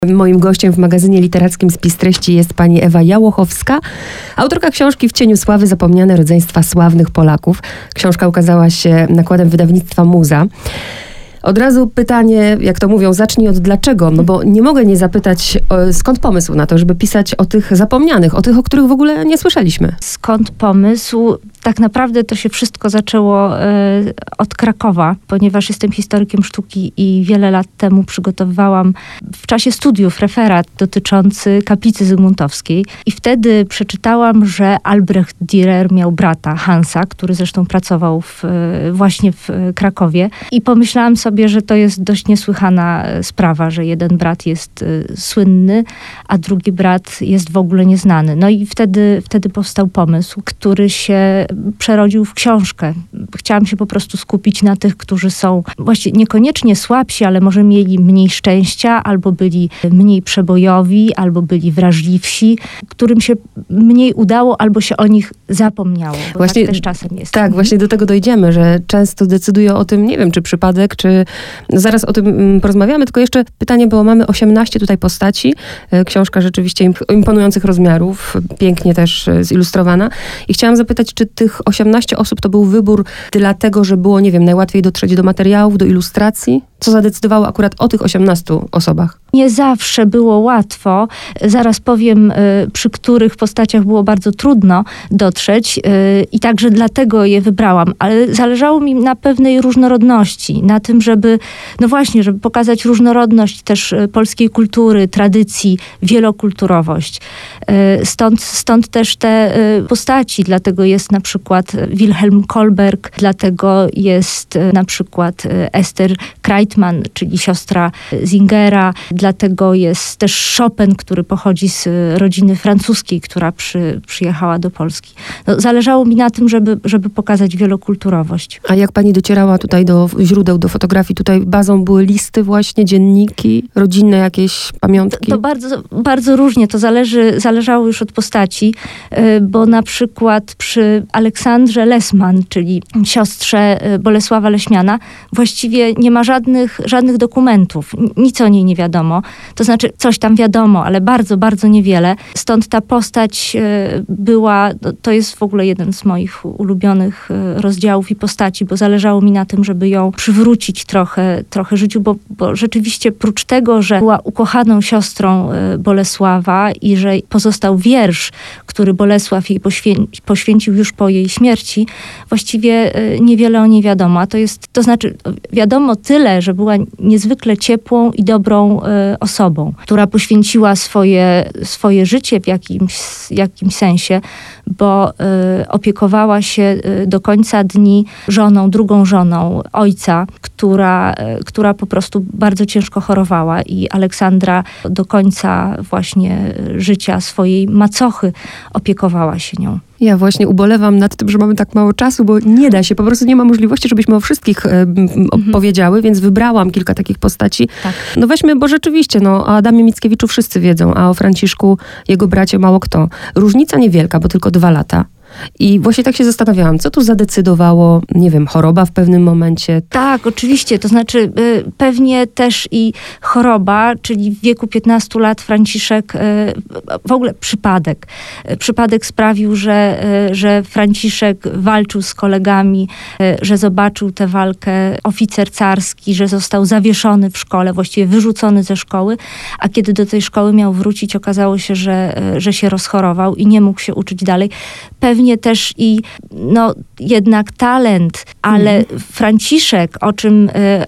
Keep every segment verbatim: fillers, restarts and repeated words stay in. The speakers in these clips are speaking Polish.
Moim gościem w magazynie literackim Spis Treści jest pani Ewa Jałochowska, autorka książki W cieniu sławy zapomniane rodzeństwa sławnych Polaków. Książka ukazała się nakładem wydawnictwa Muza. Od razu pytanie, jak to mówią, zacznij od dlaczego, no bo nie mogę nie zapytać, o, skąd pomysł na to, żeby pisać o tych zapomnianych, o tych, o których w ogóle nie słyszeliśmy. Skąd pomysł? Tak naprawdę to się wszystko zaczęło y, od Krakowa, ponieważ jestem historykiem sztuki i wiele lat temu przygotowywałam w czasie studiów referat dotyczący kaplicy zygmuntowskiej. I wtedy przeczytałam, że Albrecht Dürer miał brata Hansa, który zresztą pracował w, właśnie w Krakowie. I pomyślałam sobie, że to jest dość niesłychana sprawa, że jeden brat jest y, słynny, a drugi brat jest w ogóle nieznany. No i wtedy, wtedy powstał pomysł, który się przerodził w książkę. Chciałam się po prostu skupić na tych, którzy są właśnie niekoniecznie słabsi, ale może mieli mniej szczęścia, albo byli mniej przebojowi, albo byli wrażliwsi, którym się mniej udało, albo się o nich zapomniało. Bo właśnie, tak też czasem jest. Tak, właśnie do tego dojdziemy, że często decyduje o tym, nie wiem, czy przypadek, czy no zaraz o tym porozmawiamy, tylko jeszcze pytanie, bo mamy osiemnaście tutaj postaci. Książka rzeczywiście imponujących rozmiarów, pięknie też zilustrowana. I chciałam zapytać, czy tych osiemnaście osób to był wybór dlatego, że było, nie wiem, najłatwiej dotrzeć do materiałów, do ilustracji? Co zadecydowało akurat o tych osiemnastu osobach? Nie zawsze było łatwo. Zaraz powiem, przy których postaciach było bardzo trudno dotrzeć i także dlatego je wybrałam. Ale zależało mi na pewnej różnorodności, na tym, żeby, no właśnie, żeby pokazać różnorodność też polskiej kultury, tradycji, wielokulturowość. Stąd, stąd też te postaci, dlatego jest na przykład Wilhelm Kolberg, dlatego jest na przykład Ester Kreitmann, czyli siostra Singera, dlatego jest też Chopin, który pochodzi z rodziny francuskiej, która przy, przyjechała do Polski. No, zależało mi na tym, żeby, żeby pokazać wielokulturowość. A jak pani docierała tutaj do źródeł, do fotografii? Tutaj bazą były listy właśnie, dzienniki, rodzinne jakieś pamiątki? To, to bardzo, bardzo różnie. To zależy, zależało już od postaci, bo na przykład przy Aleksandrze Lessmann, czyli siostrze Bolesława Leśmiana, właściwie nie ma żadnych, żadnych dokumentów. Nic o niej nie wiadomo. To znaczy, coś tam wiadomo, ale bardzo, bardzo niewiele. Stąd ta postać była, to jest w ogóle jeden z moich ulubionych rozdziałów i postaci, bo zależało mi na tym, żeby ją przywrócić trochę, trochę życiu, bo, bo rzeczywiście prócz tego, że była ukochaną siostrą Bolesława i że pozostał wiersz, który Bolesław jej poświę- poświęcił już po jej śmierci, właściwie niewiele o niej wiadomo. A to jest, to znaczy wiadomo tyle, że była niezwykle ciepłą i dobrą osobą, która poświęciła swoje, swoje życie w jakimś, jakimś sensie, bo y, opiekowała się y, do końca dni żoną, drugą żoną ojca, która, y, która po prostu bardzo ciężko chorowała i Aleksandra do końca właśnie życia swojej macochy opiekowała się nią. Ja właśnie ubolewam nad tym, że mamy tak mało czasu, bo nie da się, po prostu nie ma możliwości, żebyśmy o wszystkich e, opowiedziały, mhm. więc wybrałam kilka takich postaci. Tak. No weźmy, bo rzeczywiście, no o Adamie Mickiewiczu wszyscy wiedzą, a o Franciszku, jego bracie mało kto. Różnica niewielka, bo tylko dwa lata. I właśnie tak się zastanawiałam, co tu zadecydowało, nie wiem, choroba w pewnym momencie? Tak, oczywiście, to znaczy y, pewnie też i choroba, czyli w wieku piętnastu lat Franciszek, y, w ogóle przypadek. Y, przypadek sprawił, że, y, że Franciszek walczył z kolegami, y, że zobaczył tę walkę oficer carski, że został zawieszony w szkole, właściwie wyrzucony ze szkoły, a kiedy do tej szkoły miał wrócić, okazało się, że, y, że się rozchorował i nie mógł się uczyć dalej. Pewnie Pewnie też i no, jednak talent, ale mhm. Franciszek, o czym,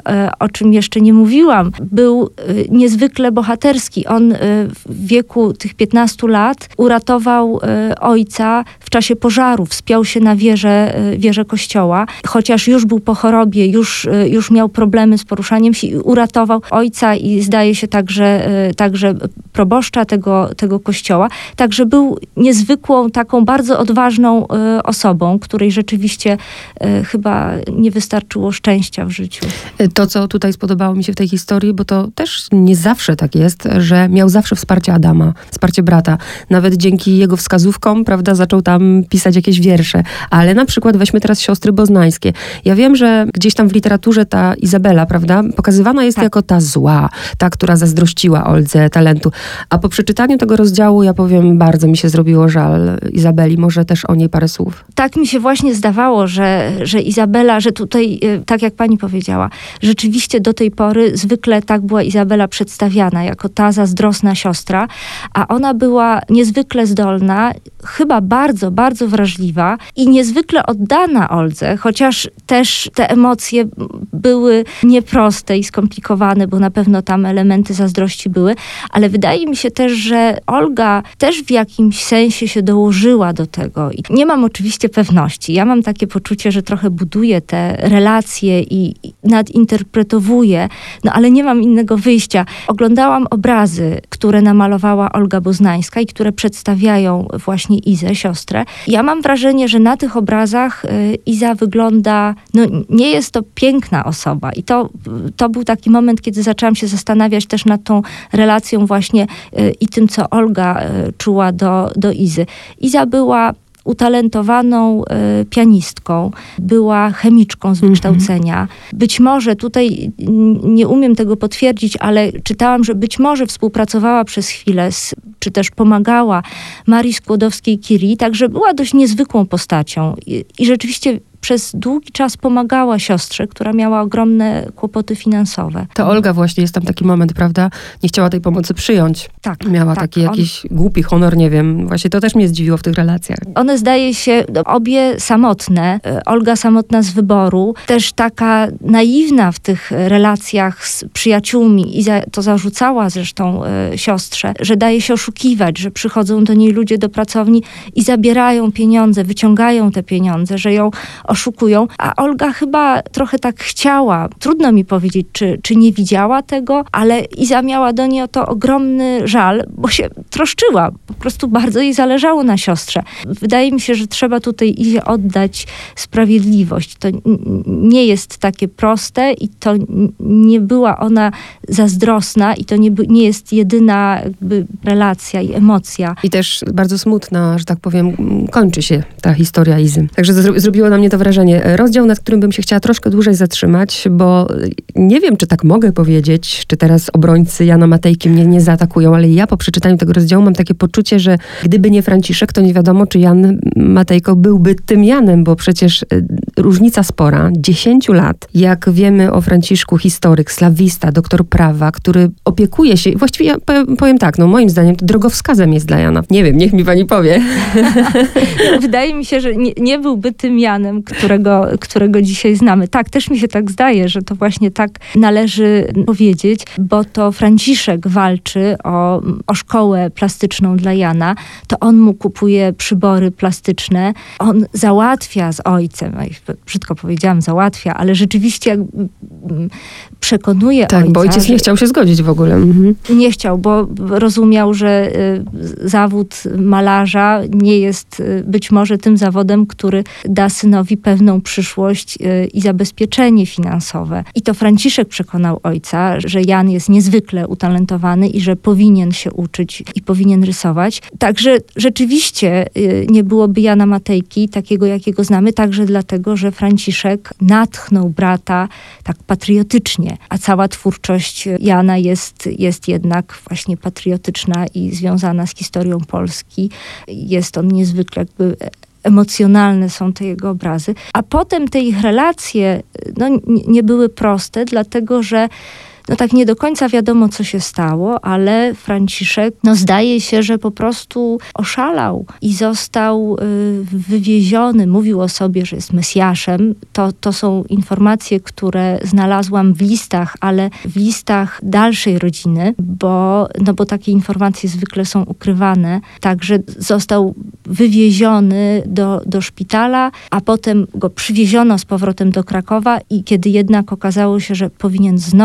o czym jeszcze nie mówiłam, był niezwykle bohaterski. On w wieku tych piętnastu lat uratował ojca w czasie pożaru, wspiął się na wieżę, wieżę kościoła, chociaż już był po chorobie, już, już miał problemy z poruszaniem się i uratował ojca i zdaje się także, także proboszcza tego, tego kościoła. Także był niezwykłą, taką bardzo odważną y, osobą, której rzeczywiście y, chyba nie wystarczyło szczęścia w życiu. To, co tutaj spodobało mi się w tej historii, bo to też nie zawsze tak jest, że miał zawsze wsparcie Adama, wsparcie brata. Nawet dzięki jego wskazówkom, prawda, zaczął tam pisać jakieś wiersze. Ale na przykład weźmy teraz siostry boznańskie. Ja wiem, że gdzieś tam w literaturze ta Izabela, prawda, pokazywana jest tak. jako ta zła, ta, która zazdrościła Oldze talentu. A po przeczytaniu tego rozdziału, ja powiem, bardzo mi się zrobiło żal Izabeli. Może też o niej parę słów. Tak mi się właśnie zdawało, że, że Izabela, że tutaj, tak jak pani powiedziała, rzeczywiście do tej pory zwykle tak była Izabela przedstawiana, jako ta zazdrosna siostra, a ona była niezwykle zdolna, chyba bardzo, bardzo wrażliwa i niezwykle oddana Oldze, chociaż też te emocje były nieproste i skomplikowane, bo na pewno tam elementy zazdrości były, ale wydaje mi się też, że Olga też w jakimś sensie się dołożyła do tego. I nie mam oczywiście pewności. Ja mam takie poczucie, że trochę buduje te relacje i nadinterpretowuje, no ale nie mam innego wyjścia. Oglądałam obrazy, które namalowała Olga Boznańska i które przedstawiają właśnie Izę, siostrę. Ja mam wrażenie, że na tych obrazach y, Iza wygląda, no nie jest to piękna osoba i to, to był taki moment, kiedy zaczęłam się zastanawiać też nad tą relacją właśnie y, i tym, co Olga y, czuła do, do Izy. Iza była utalentowaną y, pianistką, była chemiczką z wykształcenia. Mm-hmm. Być może, tutaj nie umiem tego potwierdzić, ale czytałam, że być może współpracowała przez chwilę, z, czy też pomagała Marii Skłodowskiej-Curie, także była dość niezwykłą postacią i, i rzeczywiście przez długi czas pomagała siostrze, która miała ogromne kłopoty finansowe. To Olga właśnie, jest tam taki moment, prawda? Nie chciała tej pomocy przyjąć. Tak. Miała tak, taki on... jakiś głupi honor, nie wiem. Właśnie to też mnie zdziwiło w tych relacjach. One zdaje się obie samotne. Olga samotna z wyboru. Też taka naiwna w tych relacjach z przyjaciółmi. I za, to zarzucała zresztą y, siostrze, że daje się oszukiwać, że przychodzą do niej ludzie do pracowni i zabierają pieniądze, wyciągają te pieniądze, że ją oszukują, a Olga chyba trochę tak chciała. Trudno mi powiedzieć, czy, czy nie widziała tego, ale Iza miała do niej o to ogromny żal, bo się troszczyła. Po prostu bardzo jej zależało na siostrze. Wydaje mi się, że trzeba tutaj Izie oddać sprawiedliwość. To nie jest takie proste i to nie była ona zazdrosna i to nie, nie jest jedyna jakby relacja i emocja. I też bardzo smutna, że tak powiem, kończy się ta historia Izy. Także zro- zrobiło na mnie to wrażenie. Rozdział, nad którym bym się chciała troszkę dłużej zatrzymać, bo nie wiem, czy tak mogę powiedzieć, czy teraz obrońcy Jana Matejki mnie nie zaatakują, ale ja po przeczytaniu tego rozdziału mam takie poczucie, że gdyby nie Franciszek, to nie wiadomo, czy Jan Matejko byłby tym Janem, bo przecież różnica spora, dziesięciu lat. Jak wiemy o Franciszku, historyk, slawista, doktor prawa, który opiekuje się, właściwie ja powiem tak, no moim zdaniem to drogowskazem jest dla Jana. Nie wiem, niech mi pani powie. Wydaje mi się, że nie, nie byłby tym Janem, którego, którego dzisiaj znamy. Tak, też mi się tak zdaje, że to właśnie tak należy powiedzieć, bo to Franciszek walczy o, o szkołę plastyczną dla Jana, to on mu kupuje przybory plastyczne, on załatwia z ojcem, brzydko powiedziałam załatwia, ale rzeczywiście jakby przekonuje tak, ojca. Tak, bo ojciec nie chciał się zgodzić w ogóle. Mhm. Nie chciał, bo rozumiał, że y, zawód malarza nie jest y, być może tym zawodem, który da synowi pewną przyszłość y, i zabezpieczenie finansowe. I to Franciszek przekonał ojca, że Jan jest niezwykle utalentowany i że powinien się uczyć i powinien rysować. Także rzeczywiście y, nie byłoby Jana Matejki, takiego jakiego znamy, także dlatego, że Franciszek natchnął brata tak patriotycznie, a cała twórczość Jana jest, jest jednak właśnie patriotyczna i związana z historią Polski. Jest on niezwykle jakby emocjonalne są te jego obrazy. A potem te ich relacje no, nie, nie były proste, dlatego że no tak nie do końca wiadomo, co się stało, ale Franciszek, no zdaje się, że po prostu oszalał i został y, wywieziony. Mówił o sobie, że jest Mesjaszem. To, to są informacje, które znalazłam w listach, ale w listach dalszej rodziny, bo, no bo takie informacje zwykle są ukrywane. Także został wywieziony do, do szpitala, a potem go przywieziono z powrotem do Krakowa i kiedy jednak okazało się, że powinien znowu, że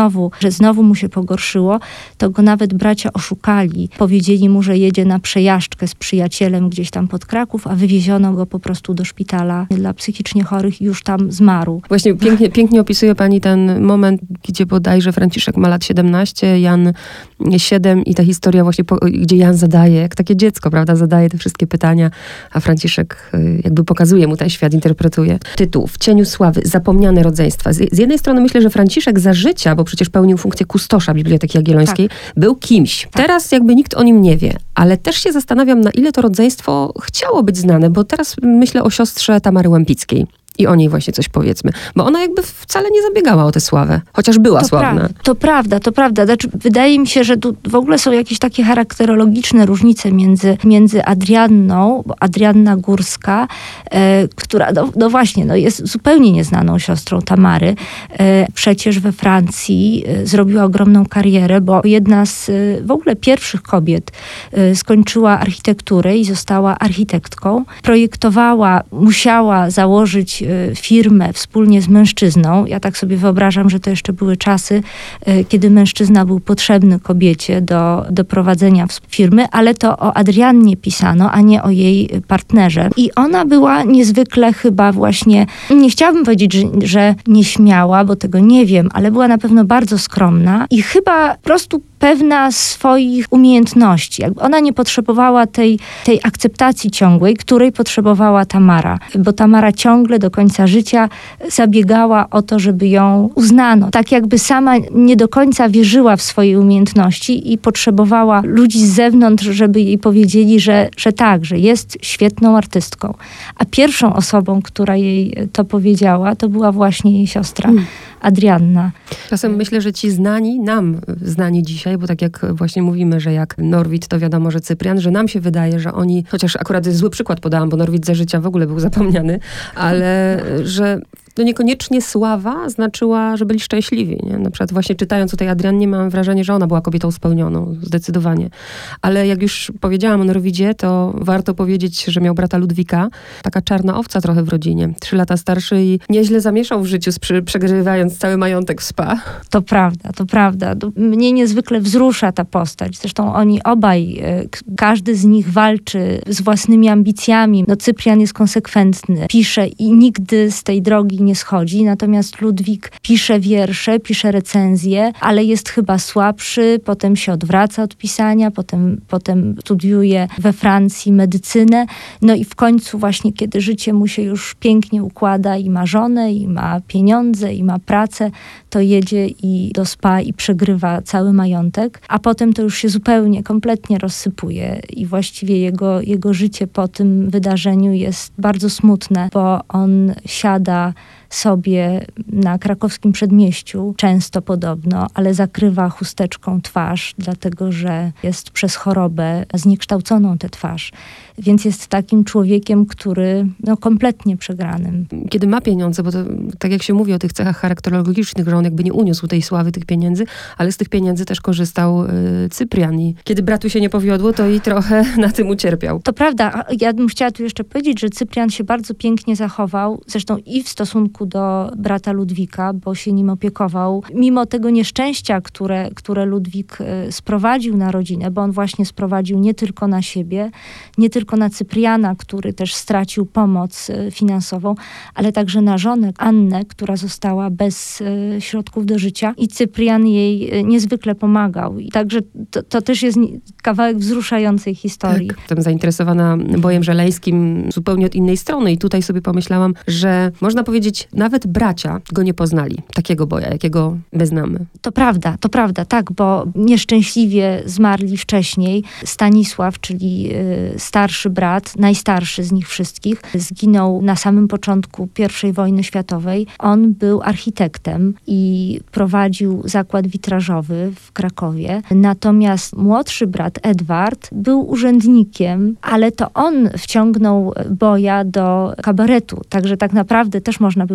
że znowu mu się pogorszyło, to go nawet bracia oszukali. Powiedzieli mu, że jedzie na przejażdżkę z przyjacielem gdzieś tam pod Kraków, a wywieziono go po prostu do szpitala dla psychicznie chorych i już tam zmarł. Właśnie pięknie, pięknie opisuje pani ten moment, gdzie bodajże Franciszek ma lat siedemnaście, Jan siedem i ta historia właśnie, po, gdzie Jan zadaje, jak takie dziecko, prawda, zadaje te wszystkie pytania, a Franciszek jakby pokazuje mu ten świat, interpretuje. Tytuł W cieniu sławy, zapomniane rodzeństwa. Z, z jednej strony myślę, że Franciszek za życia, bo przecież pełnił funkcję kustosza Biblioteki Jagiellońskiej, tak. był kimś. Tak. Teraz jakby nikt o nim nie wie, ale też się zastanawiam, na ile to rodzeństwo chciało być znane, bo teraz myślę o siostrze Tamary Łępickiej. I o niej właśnie coś powiedzmy. Bo ona jakby wcale nie zabiegała o tę sławę. Chociaż była to sławna. Pra- to prawda, to prawda. Znaczy, wydaje mi się, że tu w ogóle są jakieś takie charakterologiczne różnice między, między Adrianną, bo Adrianna Górska, e, która, no, no właśnie, no jest zupełnie nieznaną siostrą Tamary. E, przecież we Francji e, zrobiła ogromną karierę, bo jedna z e, w ogóle pierwszych kobiet e, skończyła architekturę i została architektką. Projektowała, musiała założyć firmę wspólnie z mężczyzną. Ja tak sobie wyobrażam, że to jeszcze były czasy, kiedy mężczyzna był potrzebny kobiecie do, do prowadzenia firmy, ale to o Adriannie pisano, a nie o jej partnerze. I ona była niezwykle chyba właśnie, nie chciałabym powiedzieć, że, że nieśmiała, bo tego nie wiem, ale była na pewno bardzo skromna i chyba po prostu pewna swoich umiejętności. Jakby ona nie potrzebowała tej, tej akceptacji ciągłej, której potrzebowała Tamara. Bo Tamara ciągle do końca życia zabiegała o to, żeby ją uznano. Tak jakby sama nie do końca wierzyła w swoje umiejętności i potrzebowała ludzi z zewnątrz, żeby jej powiedzieli, że, że tak, że jest świetną artystką. A pierwszą osobą, która jej to powiedziała, to była właśnie jej siostra. Hmm. Adrianna. Czasem myślę, że ci znani, nam znani dzisiaj, bo tak jak właśnie mówimy, że jak Norwid, to wiadomo, że Cyprian, że nam się wydaje, że oni, chociaż akurat zły przykład podałam, bo Norwid za życia w ogóle był zapomniany, ale że to niekoniecznie sława znaczyła, że byli szczęśliwi. Nie? Na przykład właśnie czytając o tej Adriannie mam wrażenie, że ona była kobietą spełnioną, zdecydowanie. Ale jak już powiedziałam o Norwidzie, to warto powiedzieć, że miał brata Ludwika, taka czarna owca trochę w rodzinie, trzy lata starszy i nieźle zamieszał w życiu, przy, przegrywając cały majątek w spa. To prawda, to prawda. Mnie niezwykle wzrusza ta postać. Zresztą oni obaj, każdy z nich walczy z własnymi ambicjami. No Cyprian jest konsekwentny, pisze i nigdy z tej drogi nie schodzi, natomiast Ludwik pisze wiersze, pisze recenzje, ale jest chyba słabszy, potem się odwraca od pisania, potem, potem studiuje we Francji medycynę, no i w końcu właśnie, kiedy życie mu się już pięknie układa i ma żonę, i ma pieniądze, i ma pracę, to jedzie i do spa i przegrywa cały majątek, a potem to już się zupełnie, kompletnie rozsypuje i właściwie jego, jego życie po tym wydarzeniu jest bardzo smutne, bo on siada sobie na krakowskim przedmieściu, często podobno, ale zakrywa chusteczką twarz, dlatego że jest przez chorobę zniekształconą tę twarz. Więc jest takim człowiekiem, który no, kompletnie przegranym. Kiedy ma pieniądze, bo to, tak jak się mówi o tych cechach charakterologicznych, że on jakby nie uniósł tej sławy, tych pieniędzy, ale z tych pieniędzy też korzystał y, Cyprian. I kiedy bratu się nie powiodło, to i trochę na tym ucierpiał. To prawda. Ja bym chciała tu jeszcze powiedzieć, że Cyprian się bardzo pięknie zachował, zresztą i w stosunku do brata Ludwika, bo się nim opiekował. Mimo tego nieszczęścia, które, które Ludwik y, sprowadził na rodzinę, bo on właśnie sprowadził nie tylko na siebie, nie tylko na Cypriana, który też stracił pomoc y, finansową, ale także na żonę Annę, która została bez y, środków do życia i Cyprian jej y, niezwykle pomagał. I także to, to też jest kawałek wzruszającej historii. Tak. Jestem zainteresowana bojem żeleńskim zupełnie od innej strony i tutaj sobie pomyślałam, że można powiedzieć, nawet bracia go nie poznali. Takiego boja, jakiego my znamy. To prawda, to prawda, tak, bo nieszczęśliwie zmarli wcześniej. Stanisław, czyli y, starszy brat, najstarszy z nich wszystkich, zginął na samym początku pierwszej wojny światowej. On był architektem i prowadził zakład witrażowy w Krakowie. Natomiast młodszy brat Edward był urzędnikiem, ale to on wciągnął boja do kabaretu. Także tak naprawdę też można by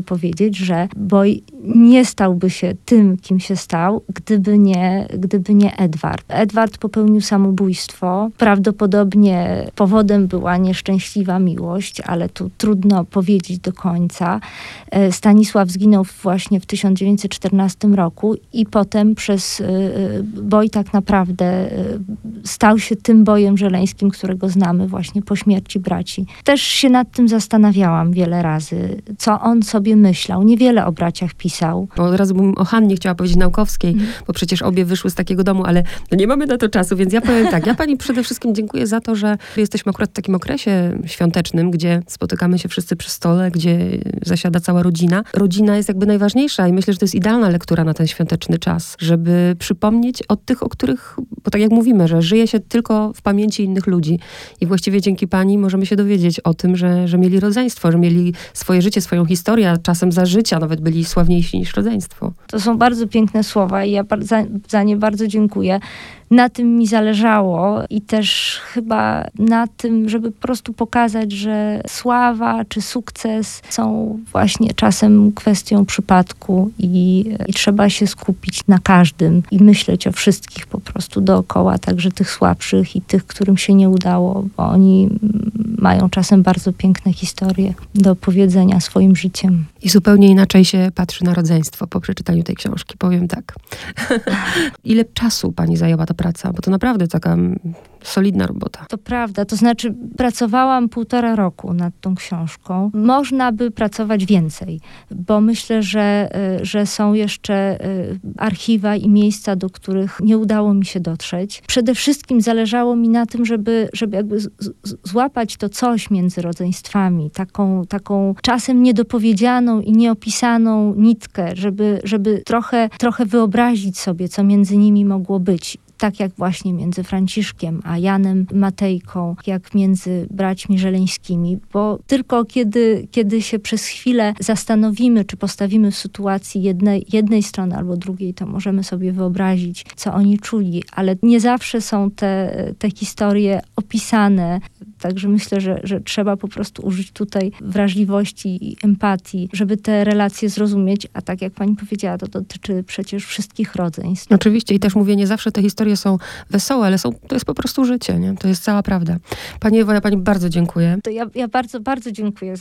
powiedzieć, że Boj nie stałby się tym, kim się stał, gdyby nie, gdyby nie Edward. Edward popełnił samobójstwo. Prawdopodobnie powodem była nieszczęśliwa miłość, ale tu trudno powiedzieć do końca. Stanisław zginął właśnie w tysiąc dziewięćset czternastym roku i potem przez Boj tak naprawdę stał się tym Bojem Żeleńskim, którego znamy właśnie po śmierci braci. Też się nad tym zastanawiałam wiele razy, co on sobie myślał. Niewiele o braciach pisał. Bo od razu bym o Hannie chciała powiedzieć Naukowskiej, mm. bo przecież obie wyszły z takiego domu, ale no nie mamy na to czasu, więc ja powiem tak. Ja pani przede wszystkim dziękuję za to, że jesteśmy akurat w takim okresie świątecznym, gdzie spotykamy się wszyscy przy stole, gdzie zasiada cała rodzina. Rodzina jest jakby najważniejsza i myślę, że to jest idealna lektura na ten świąteczny czas, żeby przypomnieć o tych, o których, bo tak jak mówimy, że żyje się tylko w pamięci innych ludzi i właściwie dzięki pani możemy się dowiedzieć o tym, że, że mieli rodzeństwo, że mieli swoje życie, swoją historię, a czasem za życia nawet byli sławniejsi niż rodzeństwo. To są bardzo piękne słowa i ja za, za nie bardzo dziękuję. Na tym mi zależało i też chyba na tym, żeby po prostu pokazać, że sława czy sukces są właśnie czasem kwestią przypadku i, i trzeba się skupić na każdym i myśleć o wszystkich po prostu dookoła, także tych słabszych i tych, którym się nie udało, bo oni mają czasem bardzo piękne historie do opowiedzenia swoim życiem. I zupełnie inaczej się patrzy na rodzeństwo po przeczytaniu tej książki, powiem tak. Ile czasu pani zajęła ta praca? Bo to naprawdę taka solidna robota. To prawda, to znaczy pracowałam półtora roku nad tą książką. Można by pracować więcej, bo myślę, że, że są jeszcze archiwa i miejsca, do których nie udało mi się dotrzeć. Przede wszystkim zależało mi na tym, żeby, żeby jakby z, z, złapać to coś między rodzeństwami, taką, taką czasem niedopowiedzianą i nieopisaną nitkę, żeby, żeby trochę, trochę wyobrazić sobie, co między nimi mogło być. Tak jak właśnie między Franciszkiem a Janem Matejką, jak między braćmi Żeleńskimi, bo tylko kiedy, kiedy się przez chwilę zastanowimy, czy postawimy w sytuacji jednej, jednej strony albo drugiej, to możemy sobie wyobrazić, co oni czuli, ale nie zawsze są te, te historie opisane. Także myślę, że, że trzeba po prostu użyć tutaj wrażliwości i empatii, żeby te relacje zrozumieć, a tak jak pani powiedziała, to dotyczy przecież wszystkich rodzeństw. Oczywiście i też mówię, nie zawsze te historie są wesołe, ale są, to jest po prostu życie, nie? To jest cała prawda. Pani Ewo, ja pani bardzo dziękuję. To ja, ja bardzo, bardzo dziękuję